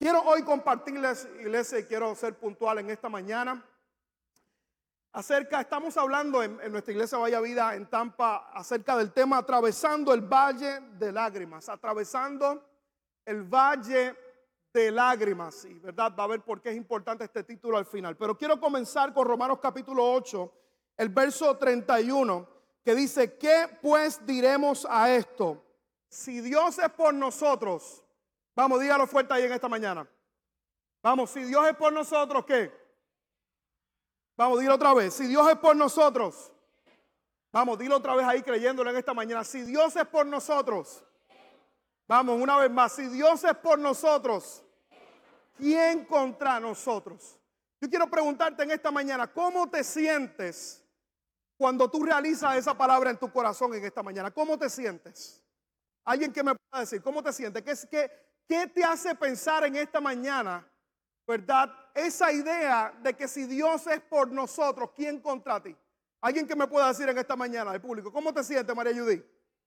Quiero hoy compartirles, iglesia, y quiero ser puntual en esta mañana. Estamos hablando en nuestra iglesia Vaya Vida en Tampa acerca del tema atravesando el valle de lágrimas. Atravesando el valle de lágrimas. Y verdad, va a ver por qué es importante este título al final. Pero quiero comenzar con Romanos capítulo 8, el verso 31, que dice: ¿qué pues diremos a esto? Si Dios es por nosotros. Vamos, dígalo fuerte ahí en esta mañana. Vamos, si Dios es por nosotros, ¿qué? Vamos, dilo otra vez. Si Dios es por nosotros. Vamos, dilo otra vez ahí creyéndolo en esta mañana. Si Dios es por nosotros. Vamos, una vez más. Si Dios es por nosotros, ¿quién contra nosotros? Yo quiero preguntarte en esta mañana, ¿cómo te sientes cuando tú realizas esa palabra en tu corazón en esta mañana? ¿Cómo te sientes? Alguien que me pueda decir, ¿cómo te sientes? ¿Qué te hace pensar en esta mañana, verdad? Esa idea de que si Dios es por nosotros, ¿quién contra ti? Alguien que me pueda decir en esta mañana, el público, ¿cómo te sientes, María Judy?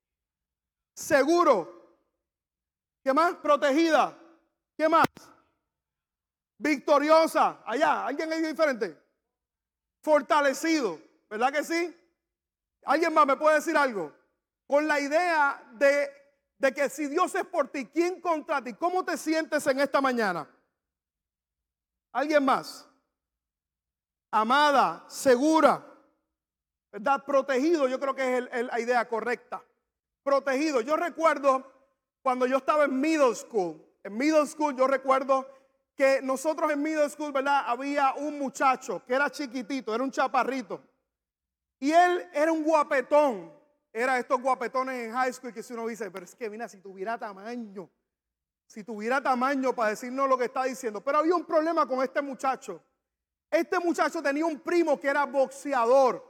Seguro. ¿Qué más? Protegida. ¿Qué más? Victoriosa. Allá, ¿alguien ahí diferente? Fortalecido. ¿Verdad que sí? ¿Alguien más me puede decir algo? Con la idea de que si Dios es por ti, ¿quién contra ti? ¿Cómo te sientes en esta mañana? ¿Alguien más? Amada, segura, ¿verdad? Protegido, yo creo que es la idea correcta. Protegido. Yo recuerdo cuando yo estaba en middle school. En middle school yo recuerdo que nosotros en middle school, ¿verdad? Había un muchacho que era chiquitito, era un chaparrito. Y él era un guapetón. Era estos guapetones en high school que si uno dice, pero es que mira, si tuviera tamaño para decirnos lo que está diciendo. Pero había un problema con este muchacho. Este muchacho tenía un primo que era boxeador.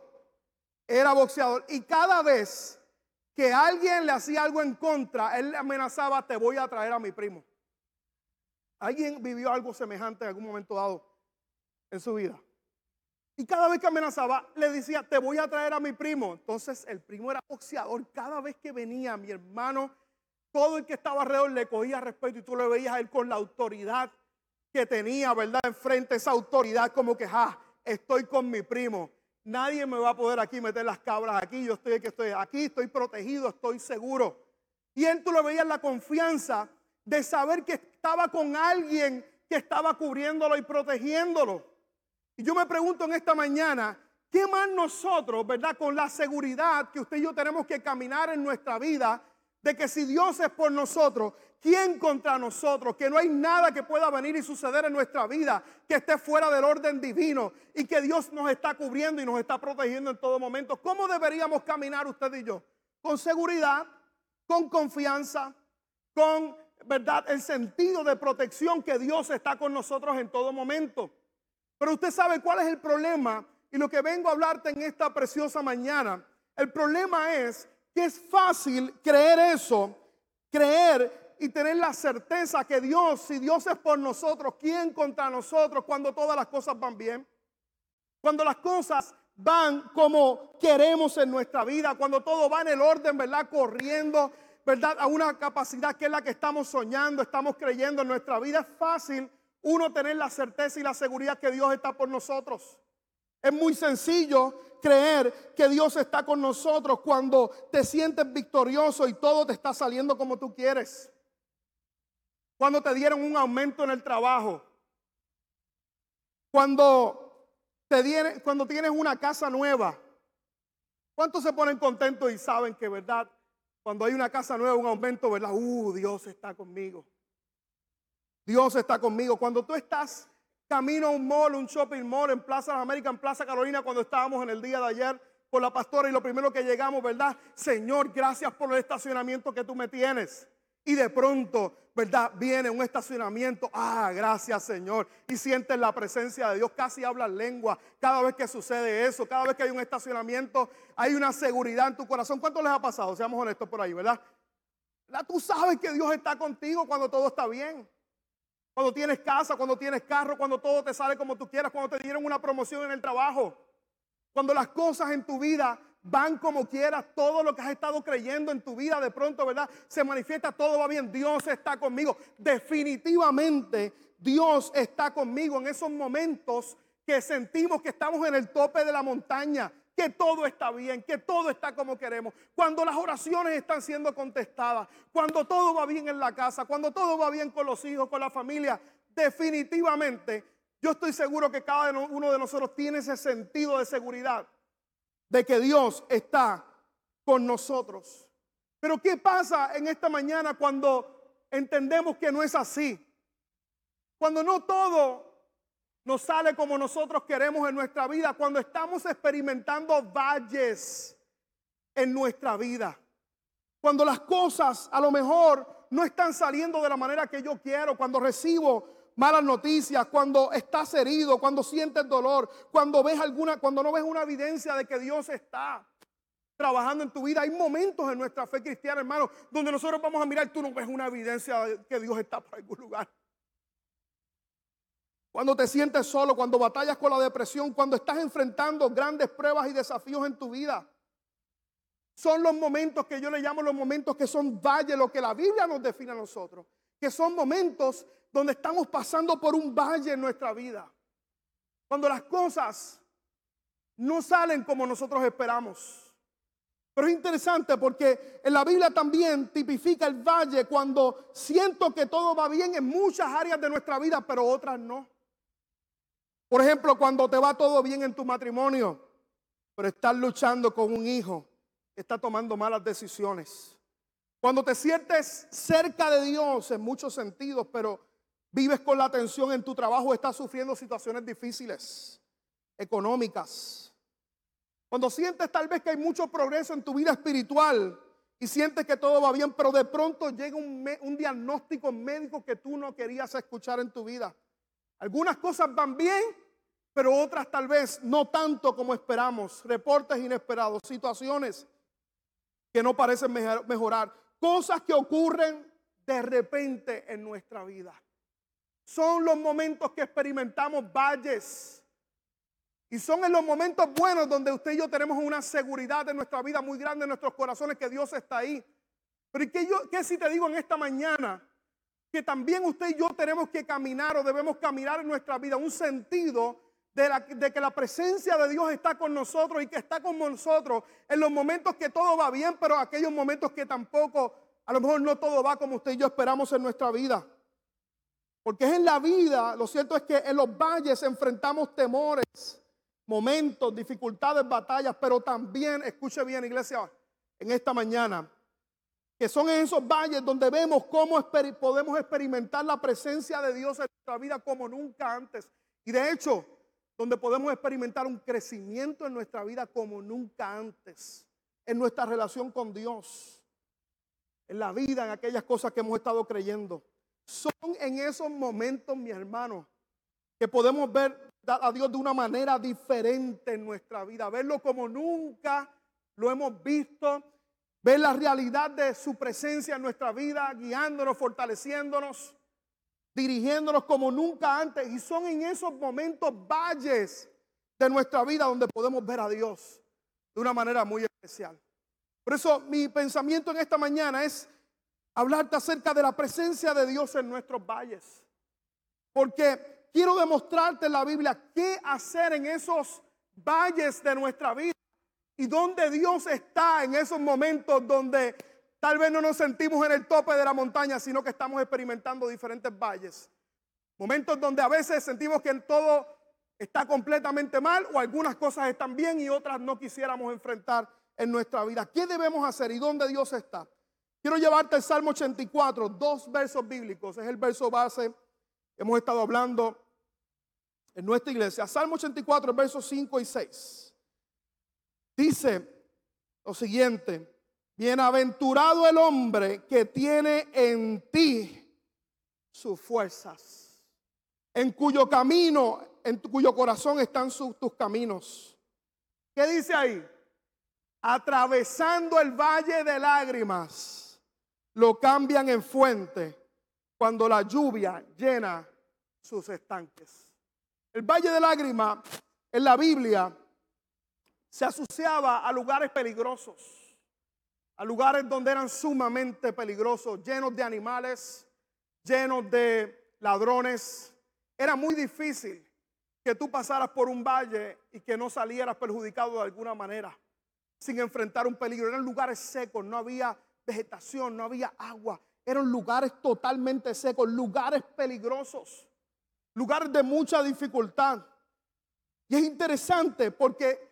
Y cada vez que alguien le hacía algo en contra, él le amenazaba: te voy a traer a mi primo. ¿Alguien vivió algo semejante en algún momento dado en su vida? Y cada vez que amenazaba, le decía: te voy a traer a mi primo. Entonces el primo era boxeador. Cada vez que venía mi hermano, todo el que estaba alrededor le cogía respeto. Y tú le veías a él con la autoridad que tenía, ¿verdad? Enfrente, esa autoridad como que, estoy con mi primo. Nadie me va a poder aquí meter las cabras aquí. Yo estoy aquí, estoy protegido, estoy seguro. Y él, tú le veías la confianza de saber que estaba con alguien que estaba cubriéndolo y protegiéndolo. Y yo me pregunto en esta mañana, ¿qué más nosotros, verdad, con la seguridad que usted y yo tenemos que caminar en nuestra vida, de que si Dios es por nosotros, ¿quién contra nosotros? Que no hay nada que pueda venir y suceder en nuestra vida que esté fuera del orden divino y que Dios nos está cubriendo y nos está protegiendo en todo momento. ¿Cómo deberíamos caminar usted y yo? Con seguridad, con confianza, con, verdad, el sentido de protección que Dios está con nosotros en todo momento. Pero usted sabe cuál es el problema, y lo que vengo a hablarte en esta preciosa mañana. El problema es que es fácil creer eso, creer y tener la certeza que Dios, si Dios es por nosotros, ¿quién contra nosotros? Cuando todas las cosas van bien, cuando las cosas van como queremos en nuestra vida, cuando todo va en el orden, ¿verdad? Corriendo, ¿verdad? A una capacidad que es la que estamos soñando, estamos creyendo en nuestra vida. Es fácil uno tener la certeza y la seguridad que Dios está por nosotros. Es muy sencillo creer que Dios está con nosotros cuando te sientes victorioso y todo te está saliendo como tú quieres. Cuando te dieron un aumento en el trabajo. Cuando tienes una casa nueva. ¿Cuántos se ponen contentos y saben que, verdad, cuando hay una casa nueva, un aumento, verdad, Dios está conmigo? Dios está conmigo. Cuando tú estás camino a un mall, un shopping mall en Plaza de las Américas, en Plaza Carolina, cuando estábamos en el día de ayer con la pastora, y lo primero que llegamos, ¿verdad? Señor, gracias por el estacionamiento que tú me tienes. Y de pronto, ¿verdad? Viene un estacionamiento. Gracias, Señor. Y sientes la presencia de Dios. Casi hablas lengua cada vez que sucede eso. Cada vez que hay un estacionamiento, hay una seguridad en tu corazón. ¿Cuánto les ha pasado? Seamos honestos por ahí, ¿verdad? Tú sabes que Dios está contigo cuando todo está bien. Cuando tienes casa, cuando tienes carro, cuando todo te sale como tú quieras, cuando te dieron una promoción en el trabajo. Cuando las cosas en tu vida van como quieras, todo lo que has estado creyendo en tu vida de pronto, ¿verdad? Se manifiesta, todo va bien, Dios está conmigo. Definitivamente Dios está conmigo en esos momentos que sentimos que estamos en el tope de la montaña, que todo está bien, que todo está como queremos. Cuando las oraciones están siendo contestadas, cuando todo va bien en la casa, cuando todo va bien con los hijos, con la familia, definitivamente yo estoy seguro que cada uno de nosotros tiene ese sentido de seguridad de que Dios está con nosotros. Pero ¿qué pasa en esta mañana cuando entendemos que no es así? Cuando no todo nos sale como nosotros queremos en nuestra vida, cuando estamos experimentando valles en nuestra vida, cuando las cosas a lo mejor no están saliendo de la manera que yo quiero, cuando recibo malas noticias, cuando estás herido, cuando sientes dolor, cuando no ves una evidencia de que Dios está trabajando en tu vida. Hay momentos en nuestra fe cristiana, hermano, donde nosotros vamos a mirar, tú no ves una evidencia de que Dios está por algún lugar. Cuando te sientes solo, cuando batallas con la depresión, cuando estás enfrentando grandes pruebas y desafíos en tu vida. Son los momentos que yo le llamo los momentos que son valles, lo que la Biblia nos define a nosotros. Que son momentos donde estamos pasando por un valle en nuestra vida. Cuando las cosas no salen como nosotros esperamos. Pero es interesante porque en la Biblia también tipifica el valle cuando siento que todo va bien en muchas áreas de nuestra vida, pero otras no. Por ejemplo, cuando te va todo bien en tu matrimonio, pero estás luchando con un hijo que está tomando malas decisiones. Cuando te sientes cerca de Dios en muchos sentidos, pero vives con la tensión en tu trabajo, estás sufriendo situaciones difíciles, económicas. Cuando sientes tal vez que hay mucho progreso en tu vida espiritual y sientes que todo va bien, pero de pronto llega un diagnóstico médico que tú no querías escuchar en tu vida. Algunas cosas van bien, pero otras tal vez no tanto como esperamos. Reportes inesperados, situaciones que no parecen mejorar. Cosas que ocurren de repente en nuestra vida. Son los momentos que experimentamos valles. Y son en los momentos buenos donde usted y yo tenemos una seguridad en nuestra vida muy grande, en nuestros corazones, que Dios está ahí. Pero ¿qué si te digo en esta mañana? Que también usted y yo tenemos que caminar o debemos caminar en nuestra vida un sentido de que la presencia de Dios está con nosotros y que está con nosotros en los momentos que todo va bien, pero aquellos momentos que tampoco, a lo mejor no todo va como usted y yo esperamos en nuestra vida. Porque es en la vida, lo cierto es que en los valles enfrentamos temores, momentos, dificultades, batallas, pero también, escuche bien, iglesia, en esta mañana, que son en esos valles donde vemos cómo podemos experimentar la presencia de Dios en nuestra vida como nunca antes. Y de hecho, donde podemos experimentar un crecimiento en nuestra vida como nunca antes, en nuestra relación con Dios, en la vida, en aquellas cosas que hemos estado creyendo. Son en esos momentos, mis hermanos, que podemos ver a Dios de una manera diferente en nuestra vida, verlo como nunca lo hemos visto, ver la realidad de su presencia en nuestra vida, guiándonos, fortaleciéndonos, dirigiéndonos como nunca antes. Y son en esos momentos valles de nuestra vida donde podemos ver a Dios de una manera muy especial. Por eso mi pensamiento en esta mañana es hablarte acerca de la presencia de Dios en nuestros valles. Porque quiero demostrarte en la Biblia qué hacer en esos valles de nuestra vida y dónde Dios está en esos momentos donde tal vez no nos sentimos en el tope de la montaña, sino que estamos experimentando diferentes valles. Momentos donde a veces sentimos que todo está completamente mal o algunas cosas están bien y otras no quisiéramos enfrentar en nuestra vida. ¿Qué debemos hacer y dónde Dios está? Quiero llevarte al Salmo 84, 2 versos bíblicos. Es el verso base que hemos estado hablando en nuestra iglesia. Salmo 84, versos 5 y 6. Dice lo siguiente: bienaventurado el hombre que tiene en ti sus fuerzas, en cuyo camino, en cuyo corazón están tus caminos. ¿Qué dice ahí? Atravesando el valle de lágrimas, lo cambian en fuente cuando la lluvia llena sus estanques. El valle de lágrimas en la Biblia se asociaba a lugares peligrosos, a lugares donde eran sumamente peligrosos, llenos de animales, llenos de ladrones. Era muy difícil que tú pasaras por un valle y que no salieras perjudicado de alguna manera, sin enfrentar un peligro. Eran lugares secos, no había vegetación, no había agua. Eran lugares totalmente secos, lugares peligrosos, lugares de mucha dificultad. Y es interesante porque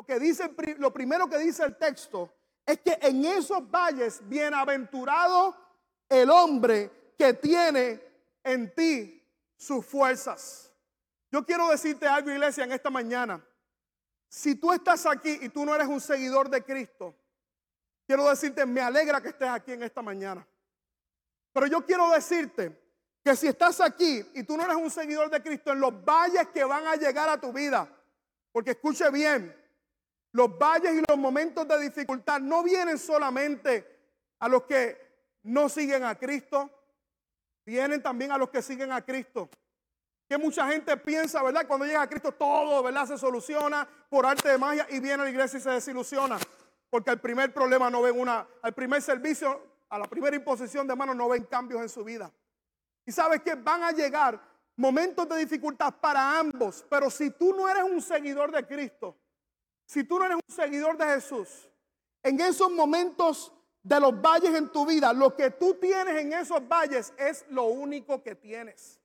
lo primero que dice el texto es que en esos valles, bienaventurado el hombre que tiene en ti sus fuerzas. Yo quiero decirte algo, iglesia, en esta mañana. Si tú estás aquí y tú no eres un seguidor de Cristo, quiero decirte, me alegra que estés aquí en esta mañana. Pero yo quiero decirte que si estás aquí y tú no eres un seguidor de Cristo, en los valles que van a llegar a tu vida, porque escuche bien, los valles y los momentos de dificultad no vienen solamente a los que no siguen a Cristo, vienen también a los que siguen a Cristo. Que mucha gente piensa, ¿verdad? Cuando llega a Cristo todo, ¿verdad? Se soluciona por arte de magia y viene a la iglesia y se desilusiona. Porque al primer problema no ven al primer servicio, a la primera imposición de manos no ven cambios en su vida. Y sabes que van a llegar momentos de dificultad para ambos. Pero si tú no eres un seguidor de Cristo, si tú no eres un seguidor de Jesús, en esos momentos de los valles en tu vida, lo que tú tienes en esos valles es lo único que tienes.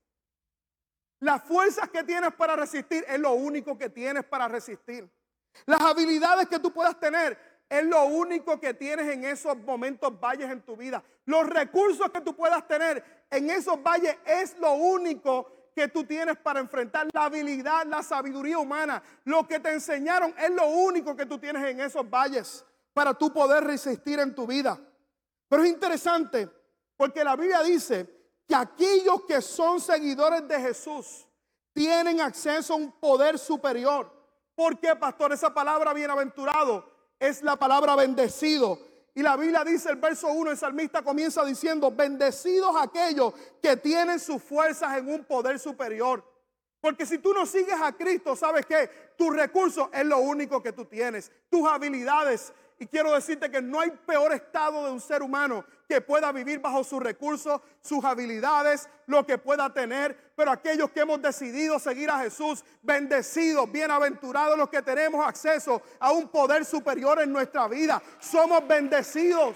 Las fuerzas que tienes para resistir es lo único que tienes para resistir. Las habilidades que tú puedas tener es lo único que tienes en esos momentos valles en tu vida. Los recursos que tú puedas tener en esos valles es lo único que tú tienes para enfrentar. La habilidad, la sabiduría humana, lo que te enseñaron es lo único que tú tienes en esos valles para tú poder resistir en tu vida. Pero es interesante porque la Biblia dice que aquellos que son seguidores de Jesús tienen acceso a un poder superior. ¿Por qué, pastor? Esa palabra bienaventurado es la palabra bendecido. Y la Biblia dice, el verso 1, el salmista comienza diciendo, bendecidos aquellos que tienen sus fuerzas en un poder superior. Porque si tú no sigues a Cristo, ¿sabes qué? Tus recursos es lo único que tú tienes. Tus habilidades. Y quiero decirte que no hay peor estado de un ser humano que pueda vivir bajo sus recursos, sus habilidades, lo que pueda tener. Pero aquellos que hemos decidido seguir a Jesús, bendecidos, bienaventurados los que tenemos acceso a un poder superior en nuestra vida. Somos bendecidos.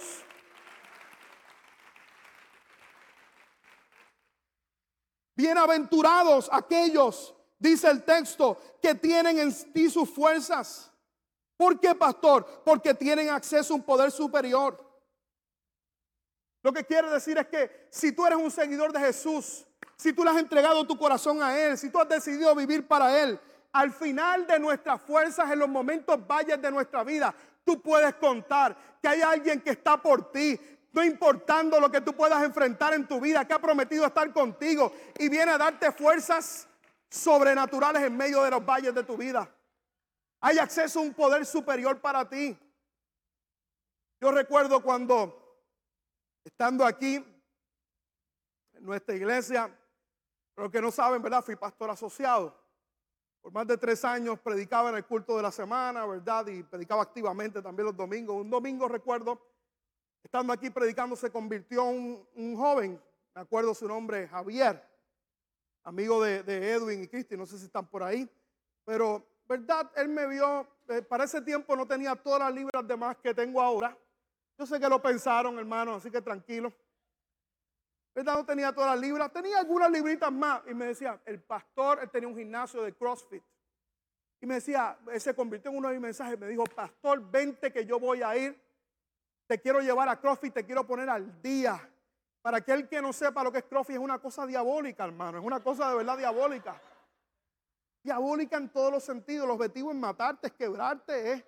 Bienaventurados aquellos, dice el texto, que tienen en ti sus fuerzas. ¿Por qué, pastor? Porque tienen acceso a un poder superior. Lo que quiere decir es que si tú eres un seguidor de Jesús, si tú le has entregado tu corazón a Él, si tú has decidido vivir para Él, al final de nuestras fuerzas, en los momentos valles de nuestra vida, tú puedes contar que hay alguien que está por ti, no importando lo que tú puedas enfrentar en tu vida, que ha prometido estar contigo y viene a darte fuerzas sobrenaturales en medio de los valles de tu vida. Hay acceso a un poder superior para ti. Yo recuerdo cuando, estando aquí en nuestra iglesia, los que no saben, ¿verdad? Fui pastor asociado. Por más de 3 años predicaba en el culto de la semana, ¿verdad? Y predicaba activamente también los domingos. Un domingo recuerdo, estando aquí predicando, se convirtió un joven, me acuerdo su nombre, Javier, amigo de Edwin y Cristi, no sé si están por ahí, pero verdad, él me vio, para ese tiempo no tenía todas las libras de más que tengo ahora. Yo sé que lo pensaron, hermano, así que tranquilo. ¿Verdad? No tenía todas las libras, tenía algunas libritas más. Y me decía, el pastor, él tenía un gimnasio de CrossFit. Y me decía, él se convirtió en uno de mis mensajes, me dijo, pastor, vente que yo voy a ir. Te quiero llevar a CrossFit, te quiero poner al día. Para aquel que no sepa lo que es CrossFit, es una cosa diabólica, hermano, es una cosa de verdad diabólica. Diabólica en todos los sentidos. El objetivo es matarte, es quebrarte.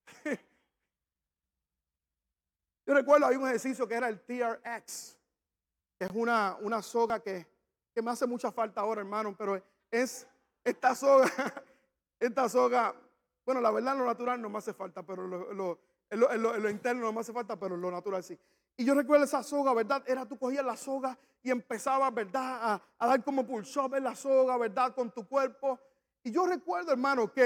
Yo recuerdo, hay un ejercicio que era el TRX, que es una soga que me hace mucha falta ahora, hermano, pero es esta soga, bueno, la verdad lo natural no me hace falta, pero lo interno no me hace falta, pero lo natural sí. Y yo recuerdo esa soga, ¿verdad? Tú cogías la soga y empezabas, ¿verdad? A dar como push-up en la soga, ¿verdad? Con tu cuerpo. Y yo recuerdo, hermano, que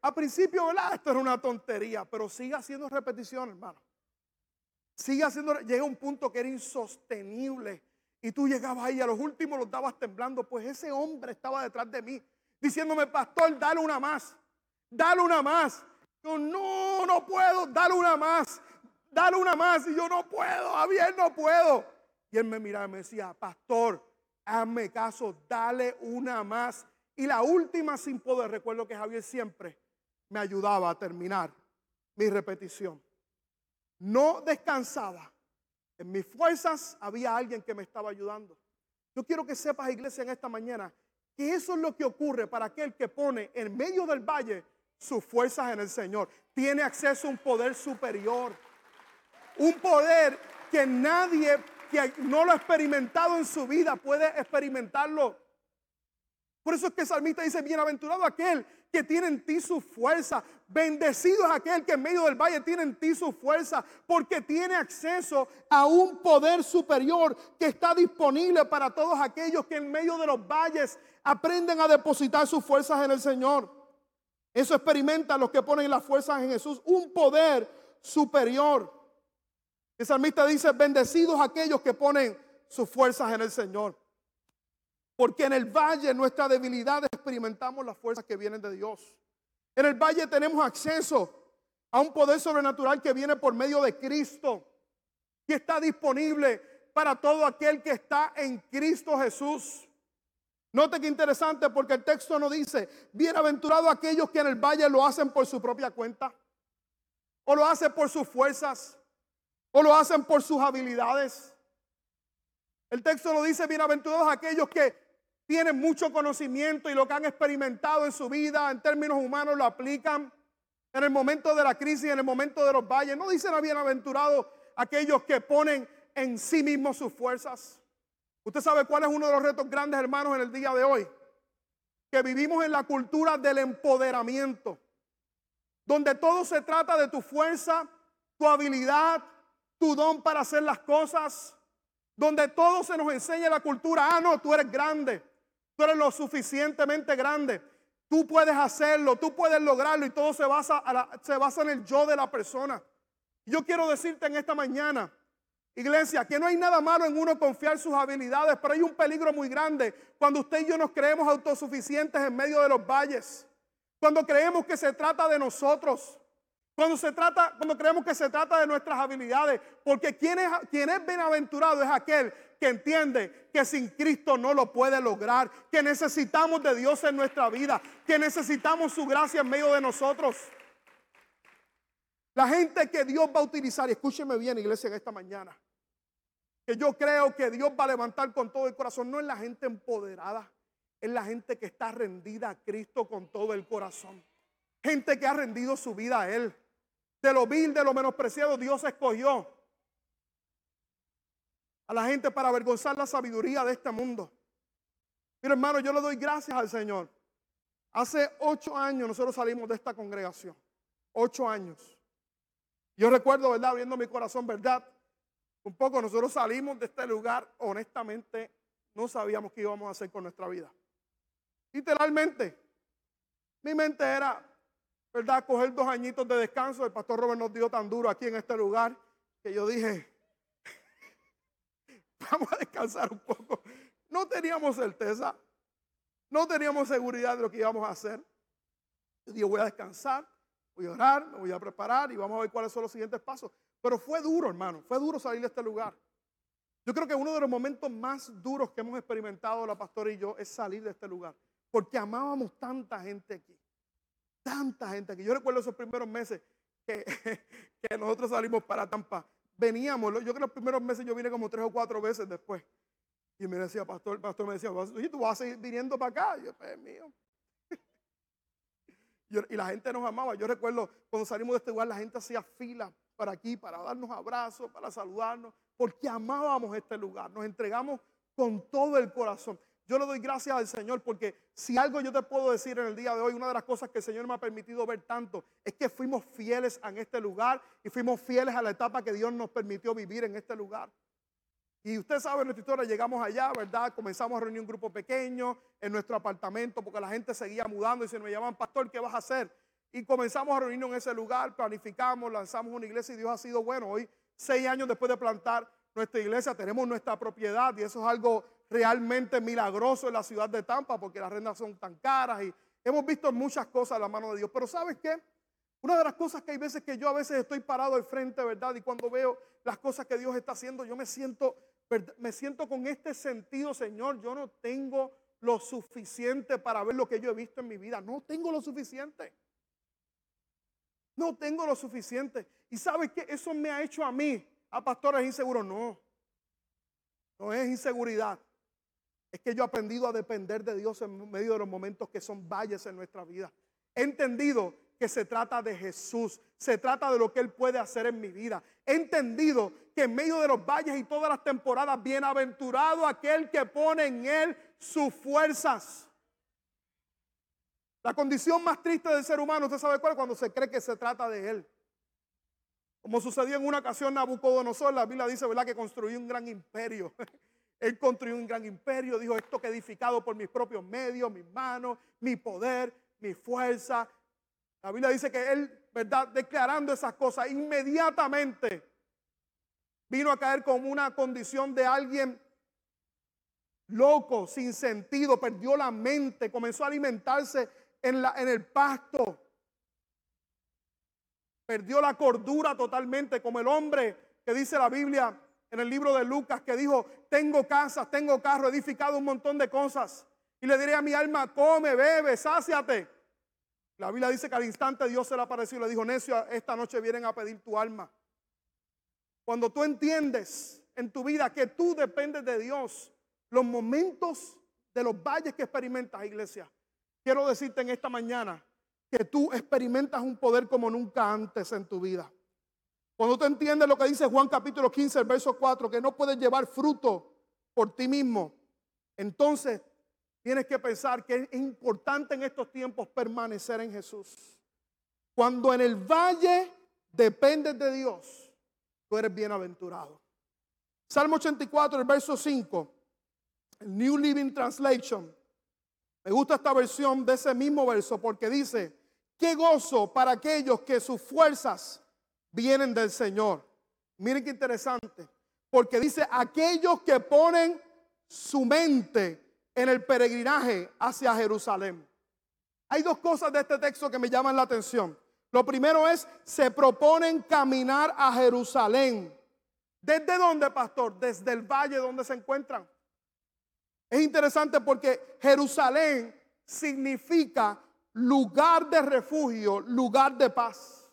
al principio, ¿verdad? Esto era una tontería, pero sigue haciendo repeticiones, hermano. Sigue haciendo, llega un punto que era insostenible. Y tú llegabas ahí, a los últimos los dabas temblando. Pues ese hombre estaba detrás de mí, diciéndome, pastor, dale una más. Dale una más. Yo, no puedo, dale una más. Dale una más. Y yo, no puedo, Javier, no puedo. Y él me miraba y me decía, pastor, hazme caso, dale una más. Y la última sin poder, recuerdo que Javier siempre me ayudaba a terminar mi repetición. No descansaba. En mis fuerzas había alguien que me estaba ayudando. Yo quiero que sepas, iglesia, en esta mañana, que eso es lo que ocurre para aquel que pone en medio del valle sus fuerzas en el Señor. Tiene acceso a un poder superior. Un poder que nadie que no lo ha experimentado en su vida puede experimentarlo. Por eso es que el salmista dice, bienaventurado aquel que tiene en ti su fuerza. Bendecido es aquel que en medio del valle tiene en ti su fuerza, porque tiene acceso a un poder superior que está disponible para todos aquellos que en medio de los valles aprenden a depositar sus fuerzas en el Señor. Eso experimentan los que ponen las fuerzas en Jesús, un poder superior. El salmista dice, bendecidos aquellos que ponen sus fuerzas en el Señor. Porque en el valle, en nuestra debilidad, experimentamos las fuerzas que vienen de Dios. En el valle tenemos acceso a un poder sobrenatural que viene por medio de Cristo, que está disponible para todo aquel que está en Cristo Jesús. Note que interesante, porque el texto no dice, bienaventurados aquellos que en el valle lo hacen por su propia cuenta, o lo hacen por sus fuerzas, o lo hacen por sus habilidades. El texto no dice, bienaventurados aquellos que tienen mucho conocimiento y lo que han experimentado en su vida en términos humanos lo aplican en el momento de la crisis, en el momento de los valles. No dicen bienaventurados aquellos que ponen en sí mismos sus fuerzas. Usted sabe cuál es uno de los retos grandes, hermanos, en el día de hoy. Que vivimos en la cultura del empoderamiento, donde todo se trata de tu fuerza, tu habilidad, tu don para hacer las cosas. Donde todo se nos enseña en la cultura, no, tú eres grande. Tú eres lo suficientemente grande. Tú puedes hacerlo, tú puedes lograrlo, y todo se basa en el yo de la persona. Yo quiero decirte en esta mañana, iglesia, que no hay nada malo en uno confiar sus habilidades, pero hay un peligro muy grande cuando usted y yo nos creemos autosuficientes en medio de los valles. Cuando creemos que se trata de nosotros. Cuando creemos que se trata de nuestras habilidades. Porque quien es bienaventurado es aquel que entiende que sin Cristo no lo puede lograr, que necesitamos de Dios en nuestra vida, que necesitamos su gracia en medio de nosotros. La gente que Dios va a utilizar, y escúcheme bien, iglesia, en esta mañana, que yo creo que Dios va a levantar con todo el corazón, no es la gente empoderada, es la gente que está rendida a Cristo con todo el corazón. Gente que ha rendido su vida a Él. De lo vil, de lo menospreciado, Dios escogió a la gente para avergonzar la sabiduría de este mundo. Mira, hermano, yo le doy gracias al Señor. Hace 8 años nosotros salimos de esta congregación. 8 años. Yo recuerdo, ¿verdad? Abriendo mi corazón, ¿verdad? Un poco nosotros salimos de este lugar, honestamente, no sabíamos qué íbamos a hacer con nuestra vida. Literalmente, mi mente era, ¿verdad?, coger 2 añitos de descanso. El pastor Robert nos dio tan duro aquí en este lugar que yo dije, vamos a descansar un poco. No teníamos certeza, no teníamos seguridad de lo que íbamos a hacer. Yo dije, voy a descansar, voy a orar, me voy a preparar y vamos a ver cuáles son los siguientes pasos. Pero fue duro, hermano, fue duro salir de este lugar. Yo creo que uno de los momentos más duros que hemos experimentado la pastora y yo es salir de este lugar, porque amábamos tanta gente aquí. Tanta gente aquí. Yo recuerdo esos primeros meses que nosotros salimos para Tampa. Veníamos, yo creo que los primeros meses yo vine como 3 o 4 veces después. Y me decía, el pastor me decía, oye, tú vas a seguir viniendo para acá. Y yo, pues mío. Y la gente nos amaba. Yo recuerdo cuando salimos de este lugar, la gente hacía fila para aquí, para darnos abrazos, para saludarnos, porque amábamos este lugar. Nos entregamos con todo el corazón. Yo le doy gracias al Señor porque si algo yo te puedo decir en el día de hoy, una de las cosas que el Señor me ha permitido ver tanto es que fuimos fieles en este lugar y fuimos fieles a la etapa que Dios nos permitió vivir en este lugar. Y usted sabe nuestra historia, llegamos allá, ¿verdad? Comenzamos a reunir un grupo pequeño en nuestro apartamento porque la gente seguía mudando y se me llamaban, pastor, ¿qué vas a hacer? y comenzamos a reunirnos en ese lugar, planificamos, lanzamos una iglesia y Dios ha sido bueno. Hoy, 6 años después de plantar nuestra iglesia, tenemos nuestra propiedad y eso es algo realmente milagroso en la ciudad de Tampa porque las rentas son tan caras y hemos visto muchas cosas de la mano de Dios. Pero ¿sabes qué? Una de las cosas que hay veces que yo a veces estoy parado al frente, ¿verdad? Y cuando veo las cosas que Dios está haciendo, yo me siento con este sentido, Señor, yo no tengo lo suficiente para ver lo que yo he visto en mi vida. No tengo lo suficiente. No tengo lo suficiente. Y ¿sabes qué? Eso me ha hecho a mí, a pastores inseguros. No es inseguridad. Es que yo he aprendido a depender de Dios en medio de los momentos que son valles en nuestra vida. He entendido que se trata de Jesús, se trata de lo que Él puede hacer en mi vida. He entendido que en medio de los valles y todas las temporadas, bienaventurado aquel que pone en Él sus fuerzas. La condición más triste del ser humano, ¿usted sabe cuál? Cuando se cree que se trata de Él. Como sucedió en una ocasión Nabucodonosor, la Biblia dice, ¿verdad?, que construyó un gran imperio. Él construyó un gran imperio, dijo, esto que he edificado por mis propios medios, mis manos, mi poder, mi fuerza. La Biblia dice que él, ¿verdad?, declarando esas cosas, inmediatamente vino a caer como una condición de alguien loco, sin sentido, perdió la mente, comenzó a alimentarse en el pasto. Perdió la cordura totalmente, como el hombre que dice la Biblia en el libro de Lucas, que dijo, tengo casas, tengo carro, he edificado un montón de cosas. Y le diré a mi alma, come, bebe, sáciate. La Biblia dice que al instante Dios se le apareció y le dijo, necio, esta noche vienen a pedir tu alma. Cuando tú entiendes en tu vida que tú dependes de Dios, los momentos de los valles que experimentas, iglesia, quiero decirte en esta mañana que tú experimentas un poder como nunca antes en tu vida. Cuando tú entiendes lo que dice Juan capítulo 15, el verso 4, que no puedes llevar fruto por ti mismo, entonces tienes que pensar que es importante en estos tiempos permanecer en Jesús. Cuando en el valle dependes de Dios, tú eres bienaventurado. Salmo 84, el verso 5, el New Living Translation. Me gusta esta versión de ese mismo verso porque dice, qué gozo para aquellos que sus fuerzas vienen del Señor. Miren qué interesante, porque dice, aquellos que ponen su mente en el peregrinaje hacia Jerusalén. Hay dos cosas de este texto que me llaman la atención. Lo primero es, se proponen caminar a Jerusalén. ¿Desde dónde, pastor? Desde el valle donde se encuentran. Es interesante porque Jerusalén significa lugar de refugio, lugar de paz.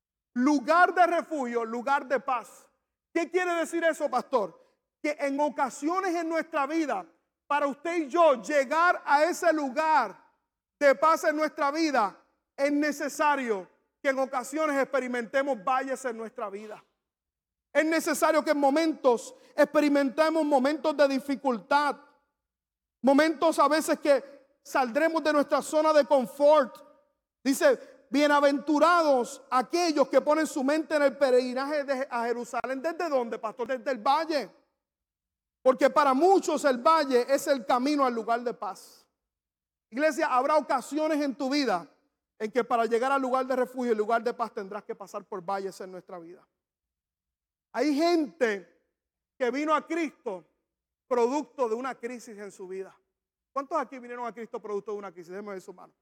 Lugar de refugio, lugar de paz. ¿Qué quiere decir eso, pastor? Que en ocasiones en nuestra vida, para usted y yo llegar a ese lugar de paz en nuestra vida, es necesario que en ocasiones experimentemos valles en nuestra vida. Es necesario que en momentos experimentemos momentos de dificultad. Momentos a veces que saldremos de nuestra zona de confort. Dice, bienaventurados aquellos que ponen su mente en el peregrinaje a Jerusalén. ¿Desde dónde, pastor? Desde el valle. Porque para muchos el valle es el camino al lugar de paz. Iglesia, habrá ocasiones en tu vida en que para llegar al lugar de refugio, el lugar de paz, tendrás que pasar por valles en nuestra vida. Hay gente que vino a Cristo producto de una crisis en su vida. ¿Cuántos aquí vinieron a Cristo producto de una crisis? Déjenme ver su mano.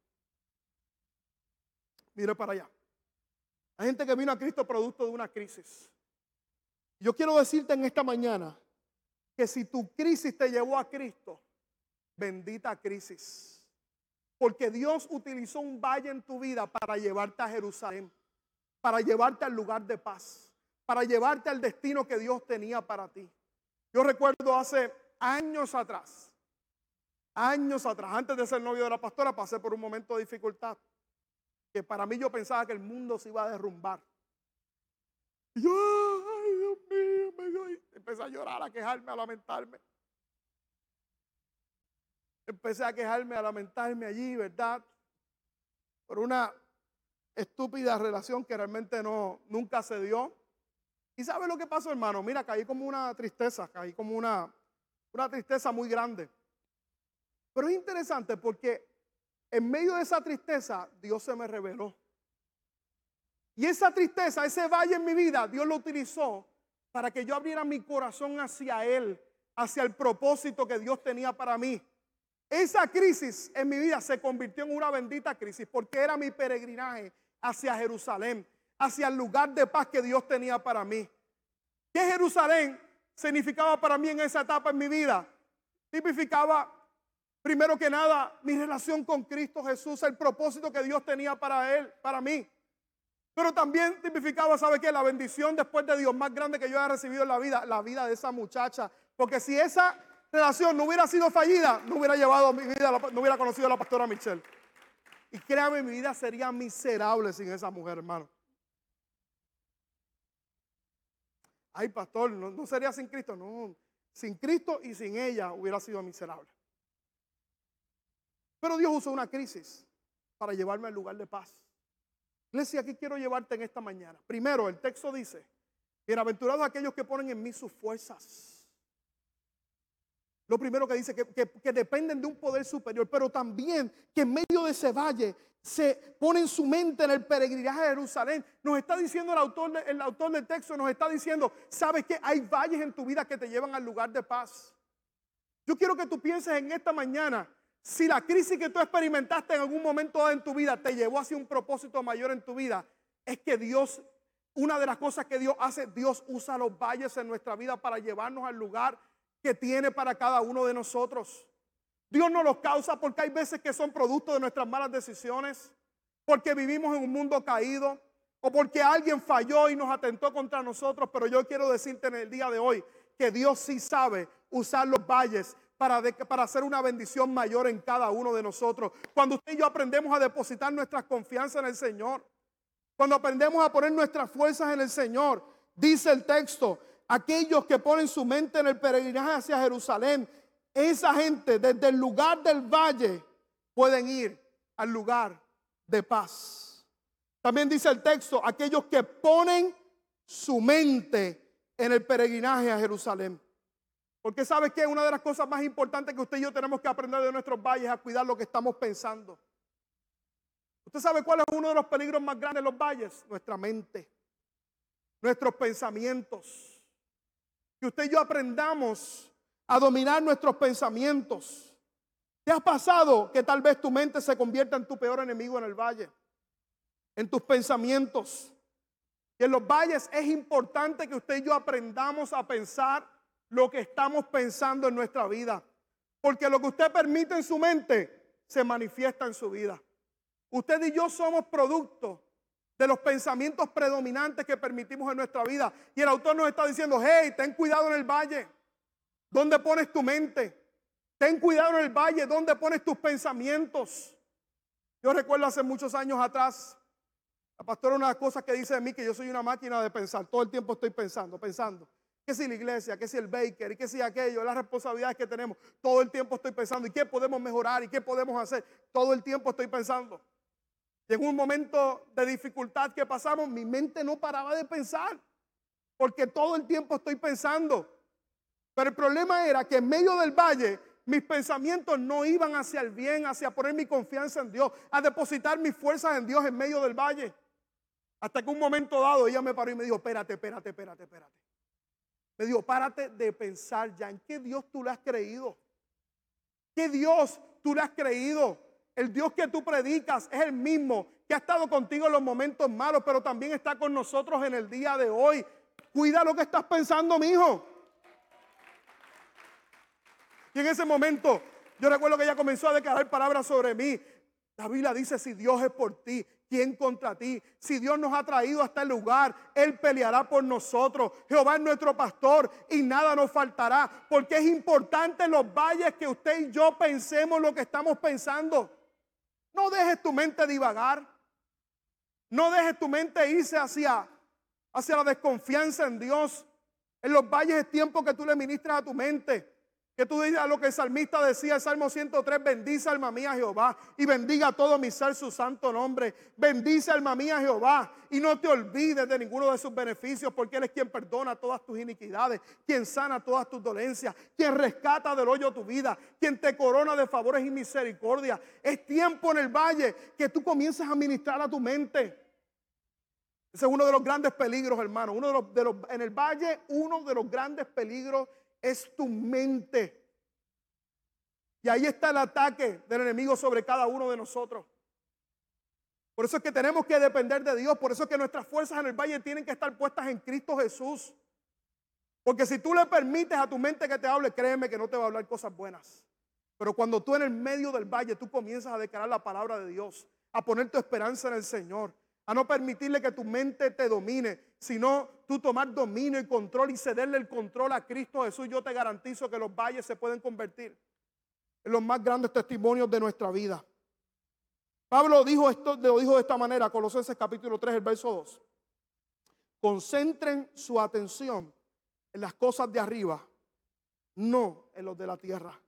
Mire para allá. Hay gente que vino a Cristo producto de una crisis. Yo quiero decirte en esta mañana que si tu crisis te llevó a Cristo, bendita crisis. Porque Dios utilizó un valle en tu vida para llevarte a Jerusalén, para llevarte al lugar de paz, para llevarte al destino que Dios tenía para ti. Yo recuerdo hace años atrás, antes de ser novio de la pastora, pasé por un momento de dificultad. Que para mí yo pensaba que el mundo se iba a derrumbar. Y yo, ay Dios mío, empecé a llorar, a quejarme, a lamentarme. Empecé a quejarme, a lamentarme allí, ¿verdad? Por una estúpida relación que realmente nunca se dio. ¿Y sabe lo que pasó, hermano? Mira, caí como una tristeza, caí como una tristeza muy grande. Pero es interesante porque en medio de esa tristeza, Dios se me reveló. Y esa tristeza, ese valle en mi vida, Dios lo utilizó para que yo abriera mi corazón hacia Él, hacia el propósito que Dios tenía para mí. Esa crisis en mi vida se convirtió en una bendita crisis porque era mi peregrinaje hacia Jerusalén, hacia el lugar de paz que Dios tenía para mí. ¿Qué Jerusalén significaba para mí en esa etapa en mi vida? Tipificaba, primero que nada, mi relación con Cristo Jesús, el propósito que Dios tenía para Él, para mí. Pero también tipificaba, ¿sabe qué? La bendición después de Dios más grande que yo haya recibido en la vida de esa muchacha. Porque si esa relación no hubiera sido fallida, no hubiera llevado mi vida, no hubiera conocido a la pastora Michelle. Y créame, mi vida sería miserable sin esa mujer, hermano. Ay, pastor, no sería sin Cristo. No, sin Cristo y sin ella hubiera sido miserable. Pero Dios usó una crisis para llevarme al lugar de paz. Iglesia, aquí quiero llevarte en esta mañana. Primero, el texto dice: bienaventurados aquellos que ponen en mí sus fuerzas. Lo primero que dice, que dependen de un poder superior, pero también que en medio de ese valle se pone en su mente en el peregrinaje de Jerusalén. Nos está diciendo el autor del texto, nos está diciendo, ¿sabes qué? Hay valles en tu vida que te llevan al lugar de paz. Yo quiero que tú pienses en esta mañana, si la crisis que tú experimentaste en algún momento en tu vida te llevó hacia un propósito mayor en tu vida, es que Dios, una de las cosas que Dios hace, Dios usa los valles en nuestra vida para llevarnos al lugar que tiene para cada uno de nosotros. Dios no los causa porque hay veces que son producto de nuestras malas decisiones, porque vivimos en un mundo caído o porque alguien falló y nos atentó contra nosotros. Pero yo quiero decirte en el día de hoy que Dios sí sabe usar los valles para hacer una bendición mayor en cada uno de nosotros. Cuando usted y yo aprendemos a depositar nuestra confianza en el Señor, cuando aprendemos a poner nuestras fuerzas en el Señor, dice el texto, aquellos que ponen su mente en el peregrinaje hacia Jerusalén, esa gente desde el lugar del valle pueden ir al lugar de paz. También dice el texto, aquellos que ponen su mente en el peregrinaje a Jerusalén. Porque ¿sabe qué? Una de las cosas más importantes que usted y yo tenemos que aprender de nuestros valles es a cuidar lo que estamos pensando. ¿Usted sabe cuál es uno de los peligros más grandes de los valles? Nuestra mente, nuestros pensamientos. Que usted y yo aprendamos a dominar nuestros pensamientos. ¿Te ha pasado que tal vez tu mente se convierta en tu peor enemigo en el valle? En tus pensamientos. Y en los valles es importante que usted y yo aprendamos a pensar lo que estamos pensando en nuestra vida. Porque lo que usted permite en su mente se manifiesta en su vida. Usted y yo somos producto de los pensamientos predominantes que permitimos en nuestra vida. Y el autor nos está diciendo, hey, ten cuidado en el valle. ¿Dónde pones tu mente? Ten cuidado en el valle. ¿Dónde pones tus pensamientos? Yo recuerdo hace muchos años atrás, la pastora, una de las cosas que dice de mí, que yo soy una máquina de pensar. Todo el tiempo estoy pensando. Que si la iglesia, que si el baker, y que si aquello, las responsabilidades que tenemos. Todo el tiempo estoy pensando. ¿Y qué podemos mejorar? ¿Y qué podemos hacer? Todo el tiempo estoy pensando. Y en un momento de dificultad que pasamos, mi mente no paraba de pensar. Porque todo el tiempo estoy pensando. Pero el problema era que en medio del valle, mis pensamientos no iban hacia el bien, hacia poner mi confianza en Dios, a depositar mis fuerzas en Dios en medio del valle. Hasta que un momento dado ella me paró y me dijo, espérate. Me dijo, párate de pensar ya. ¿En qué Dios tú le has creído? ¿Qué Dios tú le has creído? El Dios que tú predicas es el mismo que ha estado contigo en los momentos malos, pero también está con nosotros en el día de hoy. Cuida lo que estás pensando, mijo. Y en ese momento, yo recuerdo que ella comenzó a declarar palabras sobre mí. La Biblia dice, si Dios es por ti, ¿quién contra ti? Si Dios nos ha traído a este lugar, Él peleará por nosotros. Jehová es nuestro pastor y nada nos faltará. Porque es importante en los valles que usted y yo pensemos lo que estamos pensando. No dejes tu mente divagar. No dejes tu mente irse hacia la desconfianza en Dios. En los valles es tiempo que tú le ministras a tu mente. Que tú digas lo que el salmista decía, el Salmo 103, bendice alma mía Jehová y bendiga todo mi ser su santo nombre. Bendice alma mía Jehová y no te olvides de ninguno de sus beneficios, porque Él es quien perdona todas tus iniquidades, quien sana todas tus dolencias, quien rescata del hoyo tu vida, quien te corona de favores y misericordia. Es tiempo en el valle que tú comiences a ministrar a tu mente. Ese es uno de los grandes peligros, hermano. En el valle, uno de los grandes peligros es tu mente. Y ahí está el ataque del enemigo sobre cada uno de nosotros. Por eso es que tenemos que depender de Dios. Por eso es que nuestras fuerzas en el valle tienen que estar puestas en Cristo Jesús. Porque si tú le permites a tu mente que te hable, créeme que no te va a hablar cosas buenas. Pero cuando tú en el medio del valle, tú comienzas a declarar la palabra de Dios, a poner tu esperanza en el Señor, a no permitirle que tu mente te domine, sino tú tomar dominio y control y cederle el control a Cristo Jesús. Yo te garantizo que los valles se pueden convertir en los más grandes testimonios de nuestra vida. Pablo lo dijo de esta manera, Colosenses capítulo 3, el verso 2. Concentren su atención en las cosas de arriba, no en los de la tierra.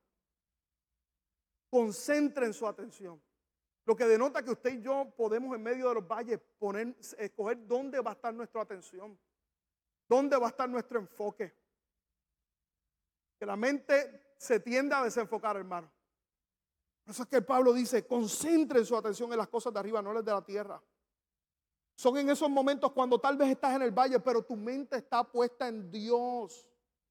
Concentren su atención. Lo que denota que usted y yo podemos en medio de los valles escoger dónde va a estar nuestra atención, dónde va a estar nuestro enfoque. Que la mente se tienda a desenfocar, hermano. Por eso es que Pablo dice, concentren su atención en las cosas de arriba, no en las de la tierra. Son en esos momentos cuando tal vez estás en el valle, pero tu mente está puesta en Dios.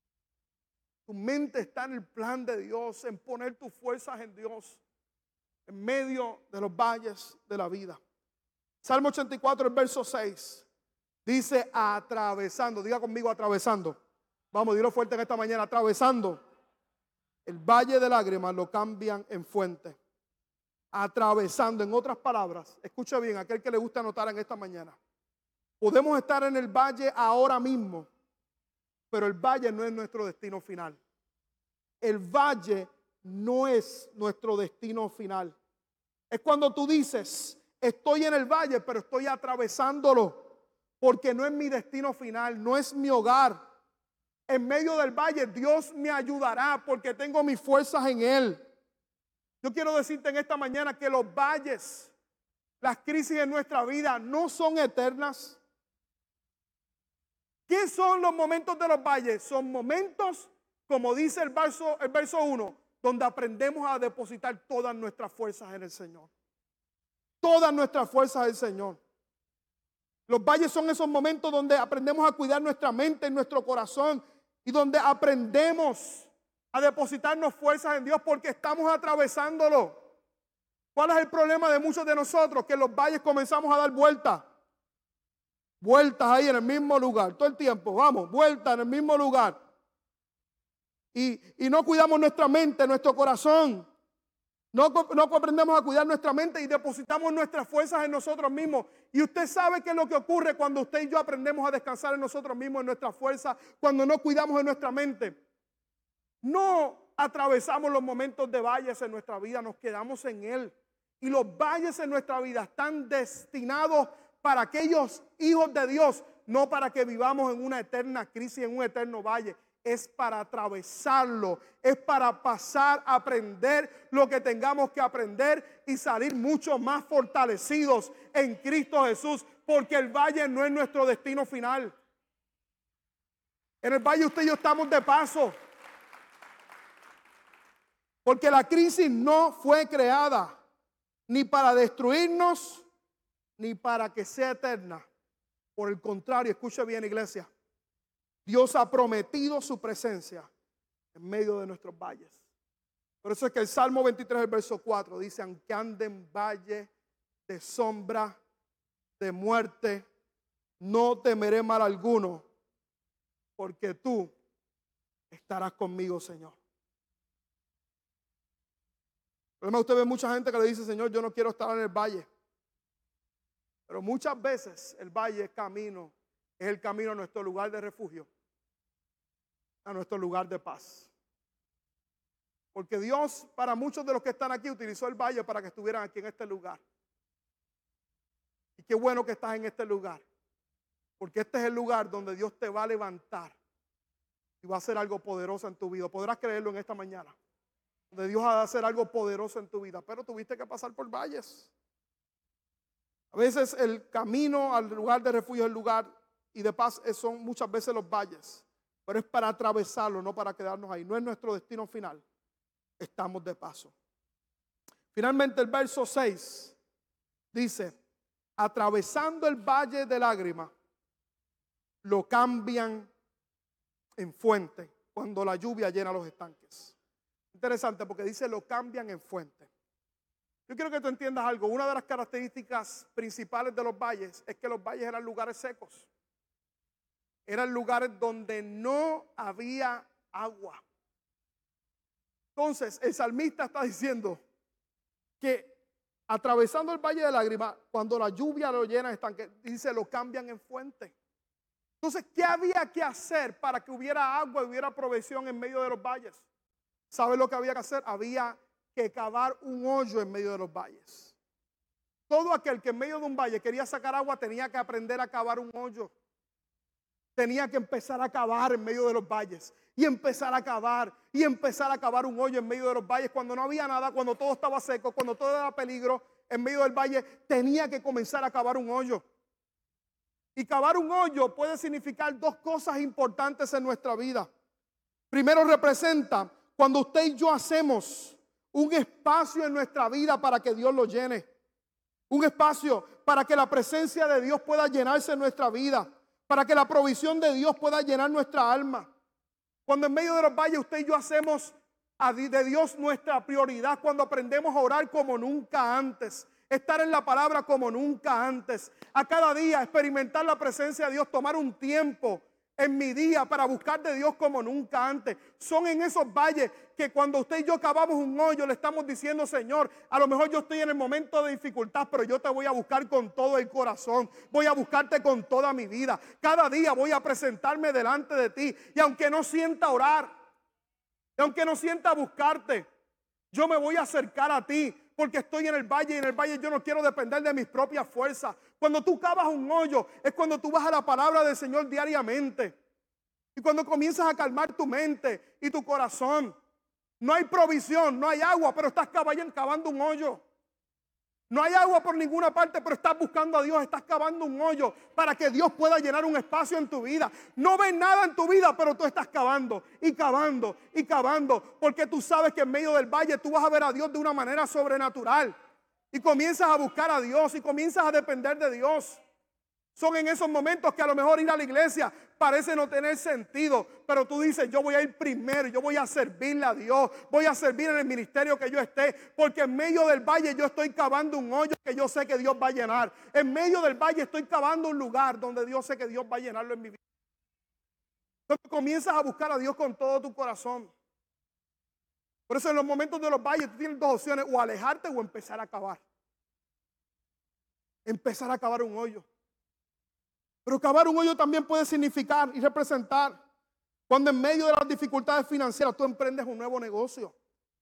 Tu mente está en el plan de Dios, en poner tus fuerzas en Dios, en medio de los valles de la vida. Salmo 84, el verso 6, dice atravesando, diga conmigo atravesando. Vamos, dilo fuerte en esta mañana, atravesando. El valle de lágrimas lo cambian en fuente. Atravesando, en otras palabras, escucha bien, aquel que le gusta anotar en esta mañana. Podemos estar en el valle ahora mismo, pero el valle no es nuestro destino final. El valle no es nuestro destino final. Es cuando tú dices, estoy en el valle, pero estoy atravesándolo, porque no es mi destino final, no es mi hogar. En medio del valle Dios me ayudará porque tengo mis fuerzas en Él. Yo quiero decirte en esta mañana que los valles, las crisis en nuestra vida no son eternas. ¿Qué son los momentos de los valles? Son momentos, como dice el verso 1, donde aprendemos a depositar todas nuestras fuerzas en el Señor. Todas nuestras fuerzas en el Señor. Los valles son esos momentos donde aprendemos a cuidar nuestra mente y nuestro corazón y donde aprendemos a depositarnos fuerzas en Dios porque estamos atravesándolo. ¿Cuál es el problema de muchos de nosotros? Que en los valles comenzamos a dar vueltas. Vueltas ahí en el mismo lugar, todo el tiempo, vamos, vueltas en el mismo lugar. Y no cuidamos nuestra mente, nuestro corazón. No aprendemos a cuidar nuestra mente y depositamos nuestras fuerzas en nosotros mismos. Y usted sabe qué es lo que ocurre cuando usted y yo aprendemos a descansar en nosotros mismos, en nuestra fuerza, cuando no cuidamos de nuestra mente. No atravesamos los momentos de valles en nuestra vida, nos quedamos en Él. Y los valles en nuestra vida están destinados para aquellos hijos de Dios, no para que vivamos en una eterna crisis, en un eterno valle. Es para atravesarlo, es para pasar a aprender lo que tengamos que aprender y salir mucho más fortalecidos en Cristo Jesús, porque el valle no es nuestro destino final. En el valle usted y yo estamos de paso, porque la crisis no fue creada ni para destruirnos, ni para que sea eterna. Por el contrario, escuche bien, iglesia, Dios ha prometido su presencia en medio de nuestros valles. Por eso es que el Salmo 23, el verso 4 dice, aunque ande en valle de sombra, de muerte, no temeré mal alguno, porque tú estarás conmigo, Señor. Pero usted ve mucha gente que le dice, Señor, yo no quiero estar en el valle. Pero muchas veces el valle es el camino a nuestro lugar de refugio, a nuestro lugar de paz. Porque Dios, para muchos de los que están aquí, utilizó el valle para que estuvieran aquí en este lugar. Y qué bueno que estás en este lugar, porque este es el lugar donde Dios te va a levantar y va a hacer algo poderoso en tu vida. Podrás creerlo en esta mañana, donde Dios va a hacer algo poderoso en tu vida, pero tuviste que pasar por valles. A veces el camino al lugar de refugio, el lugar y de paz son muchas veces los valles, pero es para atravesarlo, no para quedarnos ahí. No es nuestro destino final, estamos de paso. Finalmente el verso 6 dice, atravesando el valle de lágrimas, lo cambian en fuente cuando la lluvia llena los estanques. Interesante porque dice lo cambian en fuente. Yo quiero que tú entiendas algo. Una de las características principales de los valles es que los valles eran lugares secos. Eran lugares donde no había agua. Entonces el salmista está diciendo que atravesando el valle de lágrimas, cuando la lluvia lo llena de estanques, dice lo cambian en fuente. Entonces, ¿qué había que hacer para que hubiera agua y hubiera provisión en medio de los valles? ¿Sabes lo que había que hacer? Había que cavar un hoyo en medio de los valles. Todo aquel que en medio de un valle quería sacar agua tenía que aprender a cavar un hoyo. Tenía que empezar a cavar en medio de los valles. Y empezar a cavar. Y empezar a cavar un hoyo en medio de los valles. Cuando no había nada, cuando todo estaba seco, cuando todo era peligro, en medio del valle, tenía que comenzar a cavar un hoyo. Y cavar un hoyo puede significar dos cosas importantes en nuestra vida. Primero, representa cuando usted y yo hacemos un espacio en nuestra vida para que Dios lo llene. Un espacio para que la presencia de Dios pueda llenarse en nuestra vida. Para que la provisión de Dios pueda llenar nuestra alma. Cuando en medio de los valles usted y yo hacemos de Dios nuestra prioridad. Cuando aprendemos a orar como nunca antes. Estar en la palabra como nunca antes. A cada día experimentar la presencia de Dios. Tomar un tiempo en mi día para buscar de Dios como nunca antes. Son en esos valles que cuando usted y yo cavamos un hoyo le estamos diciendo: Señor, a lo mejor yo estoy en el momento de dificultad, pero yo te voy a buscar con todo el corazón. Voy a buscarte con toda mi vida. Cada día voy a presentarme delante de ti. Y aunque no sienta orar, y aunque no sienta buscarte, yo me voy a acercar a ti. Porque estoy en el valle y en el valle yo no quiero depender de mis propias fuerzas. Cuando tú cavas un hoyo es cuando tú vas a la palabra del Señor diariamente. Y cuando comienzas a calmar tu mente y tu corazón. No hay provisión, no hay agua, pero estás cavando un hoyo. No hay agua por ninguna parte, pero estás buscando a Dios, estás cavando un hoyo para que Dios pueda llenar un espacio en tu vida. No ves nada en tu vida, pero tú estás cavando y cavando y cavando, porque tú sabes que en medio del valle tú vas a ver a Dios de una manera sobrenatural. Y comienzas a buscar a Dios y comienzas a depender de Dios. Son en esos momentos que a lo mejor ir a la iglesia parece no tener sentido, pero tú dices: yo voy a ir primero, yo voy a servirle a Dios, voy a servir en el ministerio que yo esté, porque en medio del valle yo estoy cavando un hoyo que yo sé que Dios va a llenar. En medio del valle estoy cavando un lugar donde Dios sé que Dios va a llenarlo en mi vida. Entonces comienzas a buscar a Dios con todo tu corazón. Por eso en los momentos de los valles tú tienes dos opciones: o alejarte o empezar a cavar. Empezar a cavar un hoyo. Pero cavar un hoyo también puede significar y representar cuando en medio de las dificultades financieras tú emprendes un nuevo negocio.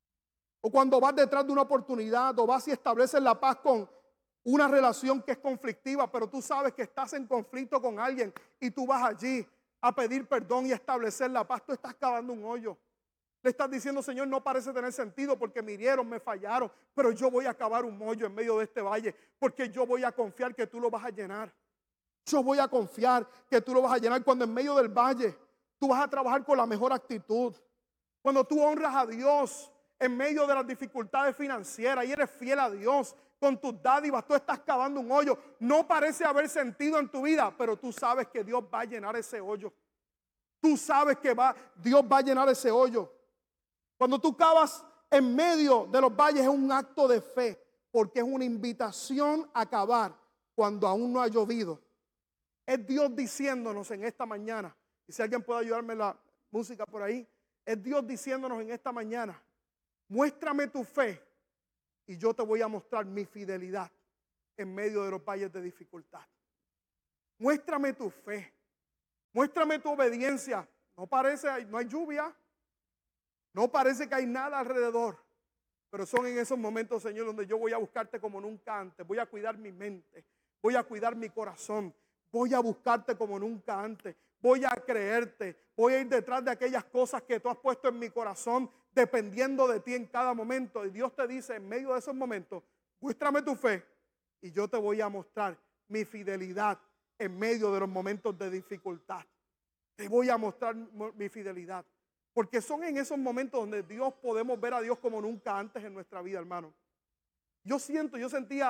O cuando vas detrás de una oportunidad, o vas y estableces la paz con una relación que es conflictiva, pero tú sabes que estás en conflicto con alguien y tú vas allí a pedir perdón y a establecer la paz. Tú estás cavando un hoyo. Le estás diciendo: Señor, no parece tener sentido porque me hirieron, me fallaron, pero yo voy a cavar un hoyo en medio de este valle porque yo voy a confiar que tú lo vas a llenar. Yo voy a confiar que tú lo vas a llenar. Cuando en medio del valle tú vas a trabajar con la mejor actitud. Cuando tú honras a Dios en medio de las dificultades financieras y eres fiel a Dios con tus dádivas, tú estás cavando un hoyo. No parece haber sentido en tu vida, pero tú sabes que Dios va a llenar ese hoyo. Tú sabes que Dios va a llenar ese hoyo. Cuando tú cavas en medio de los valles es un acto de fe, porque es una invitación a cavar cuando aún no ha llovido. Es Dios diciéndonos en esta mañana, y si alguien puede ayudarme la música por ahí, es Dios diciéndonos en esta mañana: muéstrame tu fe y yo te voy a mostrar mi fidelidad en medio de los valles de dificultad. Muéstrame tu fe, muéstrame tu obediencia. No hay lluvia, no parece que hay nada alrededor, pero son en esos momentos, Señor, donde yo voy a buscarte como nunca antes. Voy a cuidar mi mente, voy a cuidar mi corazón. Voy a buscarte como nunca antes. Voy a creerte. Voy a ir detrás de aquellas cosas que tú has puesto en mi corazón, dependiendo de ti en cada momento. Y Dios te dice en medio de esos momentos: muéstrame tu fe y yo te voy a mostrar mi fidelidad en medio de los momentos de dificultad. Te voy a mostrar mi fidelidad. Porque son en esos momentos donde podemos ver a Dios como nunca antes en nuestra vida, hermano. Yo sentía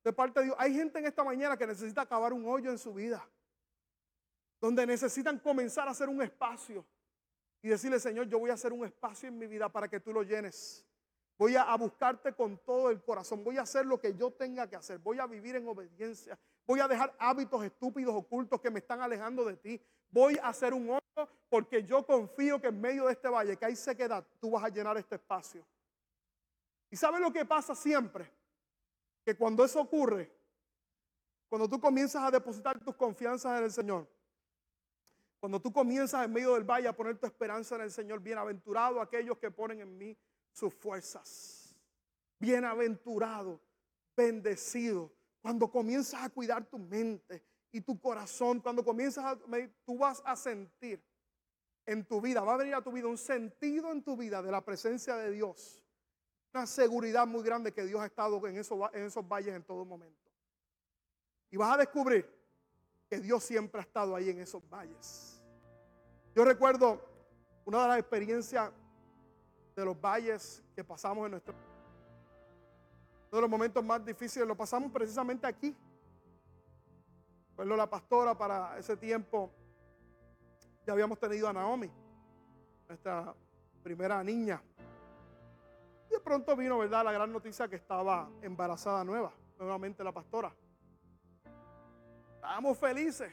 de parte de Dios. Hay gente en esta mañana que necesita cavar un hoyo en su vida, donde necesitan comenzar a hacer un espacio y decirle: Señor, yo voy a hacer un espacio en mi vida para que tú lo llenes. Voy a buscarte con todo el corazón. Voy a hacer lo que yo tenga que hacer. Voy a vivir en obediencia. Voy a dejar hábitos estúpidos, ocultos que me están alejando de ti. Voy a hacer un hoyo porque yo confío que en medio de este valle, que hay sequedad, tú vas a llenar este espacio. ¿Y sabes lo que pasa siempre? Que cuando eso ocurre, cuando tú comienzas a depositar tus confianzas en el Señor, cuando tú comienzas en medio del valle a poner tu esperanza en el Señor, bienaventurado aquellos que ponen en mí sus fuerzas. Bienaventurado, bendecido. Cuando comienzas a cuidar tu mente y tu corazón, cuando comienzas tú vas a sentir en tu vida, va a venir a tu vida un sentido en tu vida de la presencia de Dios. Una seguridad muy grande que Dios ha estado en esos valles en todo momento. Y vas a descubrir que Dios siempre ha estado ahí en esos valles. Yo recuerdo una de las experiencias de los valles que pasamos uno de los momentos más difíciles, lo pasamos precisamente aquí. Recuerdo la pastora, para ese tiempo ya habíamos tenido a Naomi, nuestra primera niña. Y de pronto vino, ¿verdad?, la gran noticia que estaba embarazada nuevamente la pastora. Estábamos felices.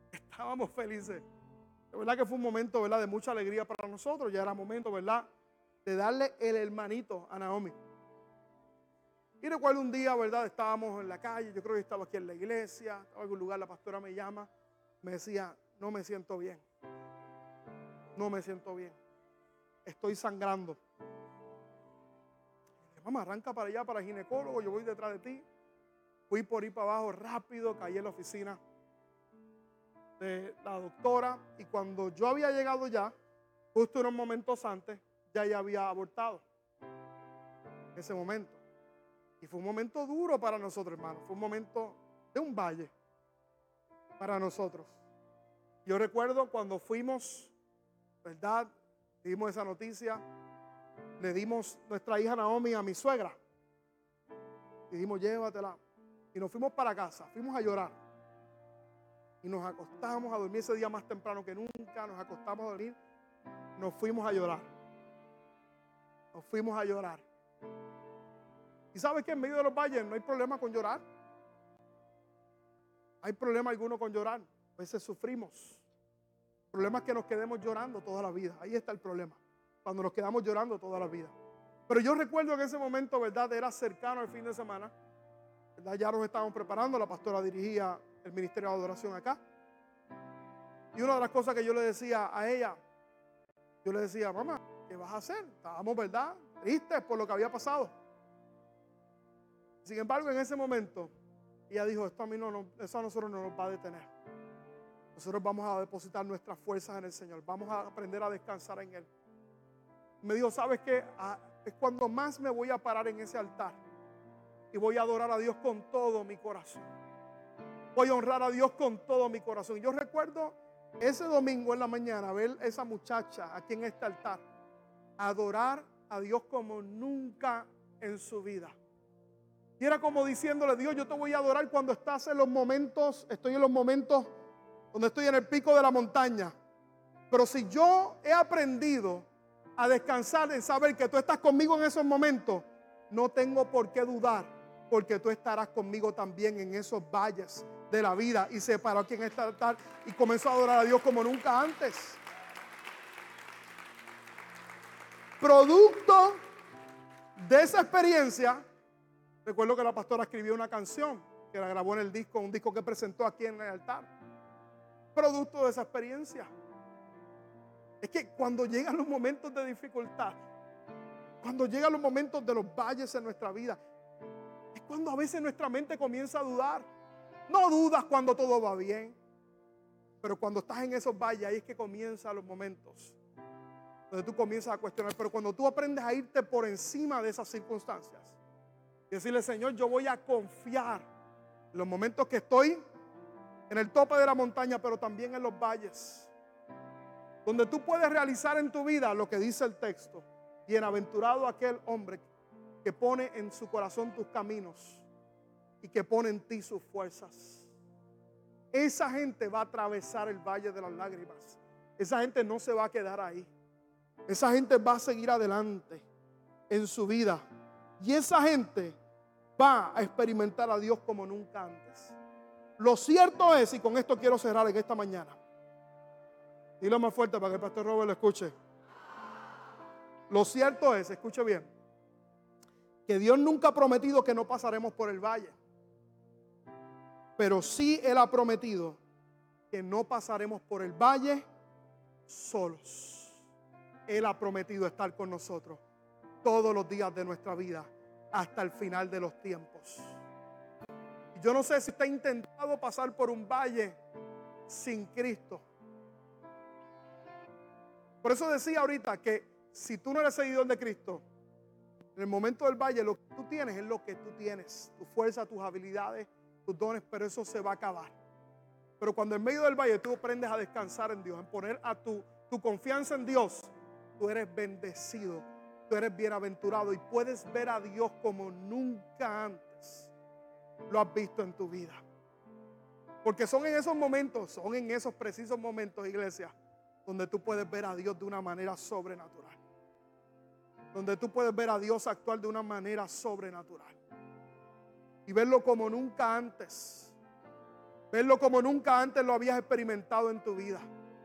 De verdad que fue un momento, ¿verdad?, de mucha alegría para nosotros. Ya era momento, ¿verdad?, de darle el hermanito a Naomi. Y recuerdo un día, ¿verdad?, estábamos en la calle, yo creo que estaba aquí en la iglesia, estaba en algún lugar, la pastora me llama, me decía: no me siento bien, estoy sangrando. Y dije: mamá, arranca para allá, para el ginecólogo, yo voy detrás de ti. Fui por ahí para abajo rápido, caí en la oficina de la doctora, y cuando yo había llegado ya, justo unos momentos antes, ya había abortado en ese momento. Y fue un momento duro para nosotros, hermanos. Fue un momento de un valle para nosotros. Yo recuerdo cuando fuimos, ¿verdad?, dimos esa noticia, le dimos nuestra hija Naomi a mi suegra. Y dijimos: llévatela. Y nos fuimos para casa, fuimos a llorar. Y nos acostamos a dormir ese día más temprano que nunca. Nos acostamos a dormir, nos fuimos a llorar. Y sabes que en medio de los valles no hay problema con llorar. Hay problema alguno con llorar. A veces sufrimos. El problema es que nos quedemos llorando toda la vida. Ahí está el problema. Cuando nos quedamos llorando toda la vida. Pero yo recuerdo que en ese momento, ¿verdad?, era cercano al fin de semana. ¿Verdad? Ya nos estábamos preparando. La pastora dirigía el ministerio de adoración acá. Y una de las cosas que yo le decía a ella, yo le decía: mamá, ¿qué vas a hacer? Estábamos, ¿verdad?, tristes por lo que había pasado. Sin embargo, en ese momento, ella dijo: esto eso a nosotros no nos va a detener. Nosotros vamos a depositar nuestras fuerzas en el Señor. Vamos a aprender a descansar en Él. Me dijo: ¿sabes qué? Es cuando más me voy a parar en ese altar. Y voy a adorar a Dios con todo mi corazón. Voy a honrar a Dios con todo mi corazón. Y yo recuerdo ese domingo en la mañana ver a esa muchacha aquí en este altar adorar a Dios como nunca en su vida. Y era como diciéndole: Dios, yo te voy a adorar cuando estoy en los momentos donde estoy en el pico de la montaña. Pero si yo he aprendido a descansar en saber que tú estás conmigo en esos momentos, no tengo por qué dudar, porque tú estarás conmigo también en esos valles de la vida. Y se paró aquí en este altar y comenzó a adorar a Dios como nunca antes. Producto de esa experiencia, recuerdo que la pastora escribió una canción que la grabó en el disco, un disco que presentó aquí en el altar. Producto de esa experiencia. Es que cuando llegan los momentos de dificultad, cuando llegan los momentos de los valles en nuestra vida, es cuando a veces nuestra mente comienza a dudar. No dudas cuando todo va bien, pero cuando estás en esos valles, ahí es que comienzan los momentos donde tú comienzas a cuestionar. Pero cuando tú aprendes a irte por encima de esas circunstancias y decirle: Señor, yo voy a confiar en los momentos que estoy en el tope de la montaña, pero también en los valles, donde tú puedes realizar en tu vida lo que dice el texto: bienaventurado aquel hombre que pone en su corazón tus caminos y que pone en ti sus fuerzas. Esa gente va a atravesar el valle de las lágrimas. Esa gente no se va a quedar ahí. Esa gente va a seguir adelante en su vida. Y esa gente va a experimentar a Dios como nunca antes. Lo cierto es, y con esto quiero cerrar en esta mañana. Dilo más fuerte para que el pastor Robert lo escuche. Lo cierto es, escuche bien, que Dios nunca ha prometido que no pasaremos por el valle. Pero sí Él ha prometido que no pasaremos por el valle solos. Él ha prometido estar con nosotros todos los días de nuestra vida hasta el final de los tiempos. Y yo no sé si usted ha intentado pasar por un valle sin Cristo. Por eso decía ahorita que si tú no eres seguidor de Cristo, en el momento del valle lo que tú tienes es lo que tú tienes. Tu fuerza, tus habilidades, tus dones, pero eso se va a acabar. Pero cuando en medio del valle tú aprendes a descansar en Dios, en poner a tu confianza en Dios, tú eres bendecido, tú eres bienaventurado y puedes ver a Dios como nunca antes lo has visto en tu vida. Porque son en esos momentos, son en esos precisos momentos, iglesia, donde tú puedes ver a Dios de una manera sobrenatural. Donde tú puedes ver a Dios actuar de una manera sobrenatural. Y verlo como nunca antes. Verlo como nunca antes lo habías experimentado en tu vida.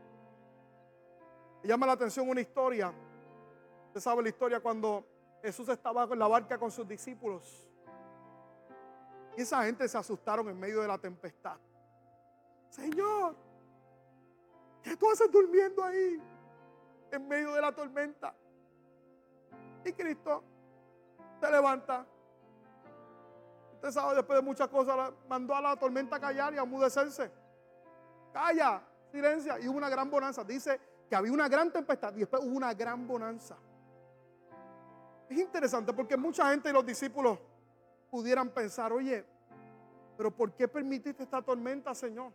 Me llama la atención una historia. Usted sabe la historia cuando Jesús estaba en la barca con sus discípulos. Y esa gente se asustaron en medio de la tempestad. Señor, ¿qué tú haces durmiendo ahí en medio de la tormenta? Y Cristo se levanta. Usted sabe, después de muchas cosas, mandó a la tormenta a callar y a mudecerse. Calla, silencia. Y hubo una gran bonanza. Dice que había una gran tempestad y después hubo una gran bonanza. Es interesante porque mucha gente y los discípulos pudieran pensar, oye, pero ¿por qué permitiste esta tormenta, Señor?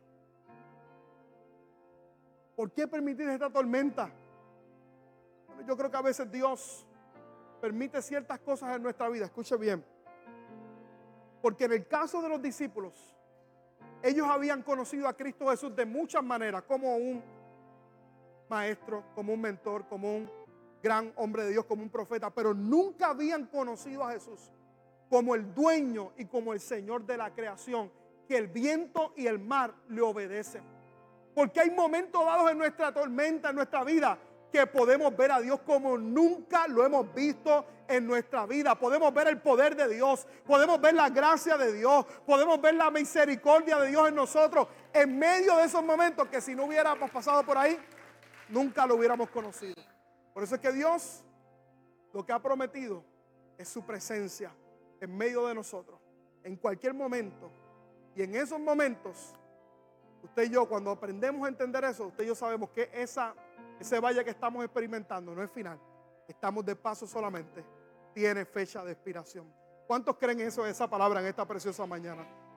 ¿Por qué permitiste esta tormenta? Bueno, yo creo que a veces Dios permite ciertas cosas en nuestra vida. Escuche bien. Porque en el caso de los discípulos, ellos habían conocido a Cristo Jesús de muchas maneras, como un maestro, como un mentor, como un gran hombre de Dios, como un profeta, pero nunca habían conocido a Jesús como el dueño y como el Señor de la creación, que el viento y el mar le obedecen. Porque hay momentos dados en nuestra tormenta, en nuestra vida, que podemos ver a Dios como nunca lo hemos visto en nuestra vida. Podemos ver el poder de Dios, podemos ver la gracia de Dios, podemos ver la misericordia de Dios en nosotros, en medio de esos momentos que si no hubiéramos pasado por ahí, nunca lo hubiéramos conocido. Por eso es que Dios lo que ha prometido es su presencia en medio de nosotros, en cualquier momento. Y en esos momentos, usted y yo, cuando aprendemos a entender eso, usted y yo sabemos que ese valle que estamos experimentando no es final. Estamos de paso solamente. Tiene fecha de expiración. ¿Cuántos creen eso, esa palabra en esta preciosa mañana?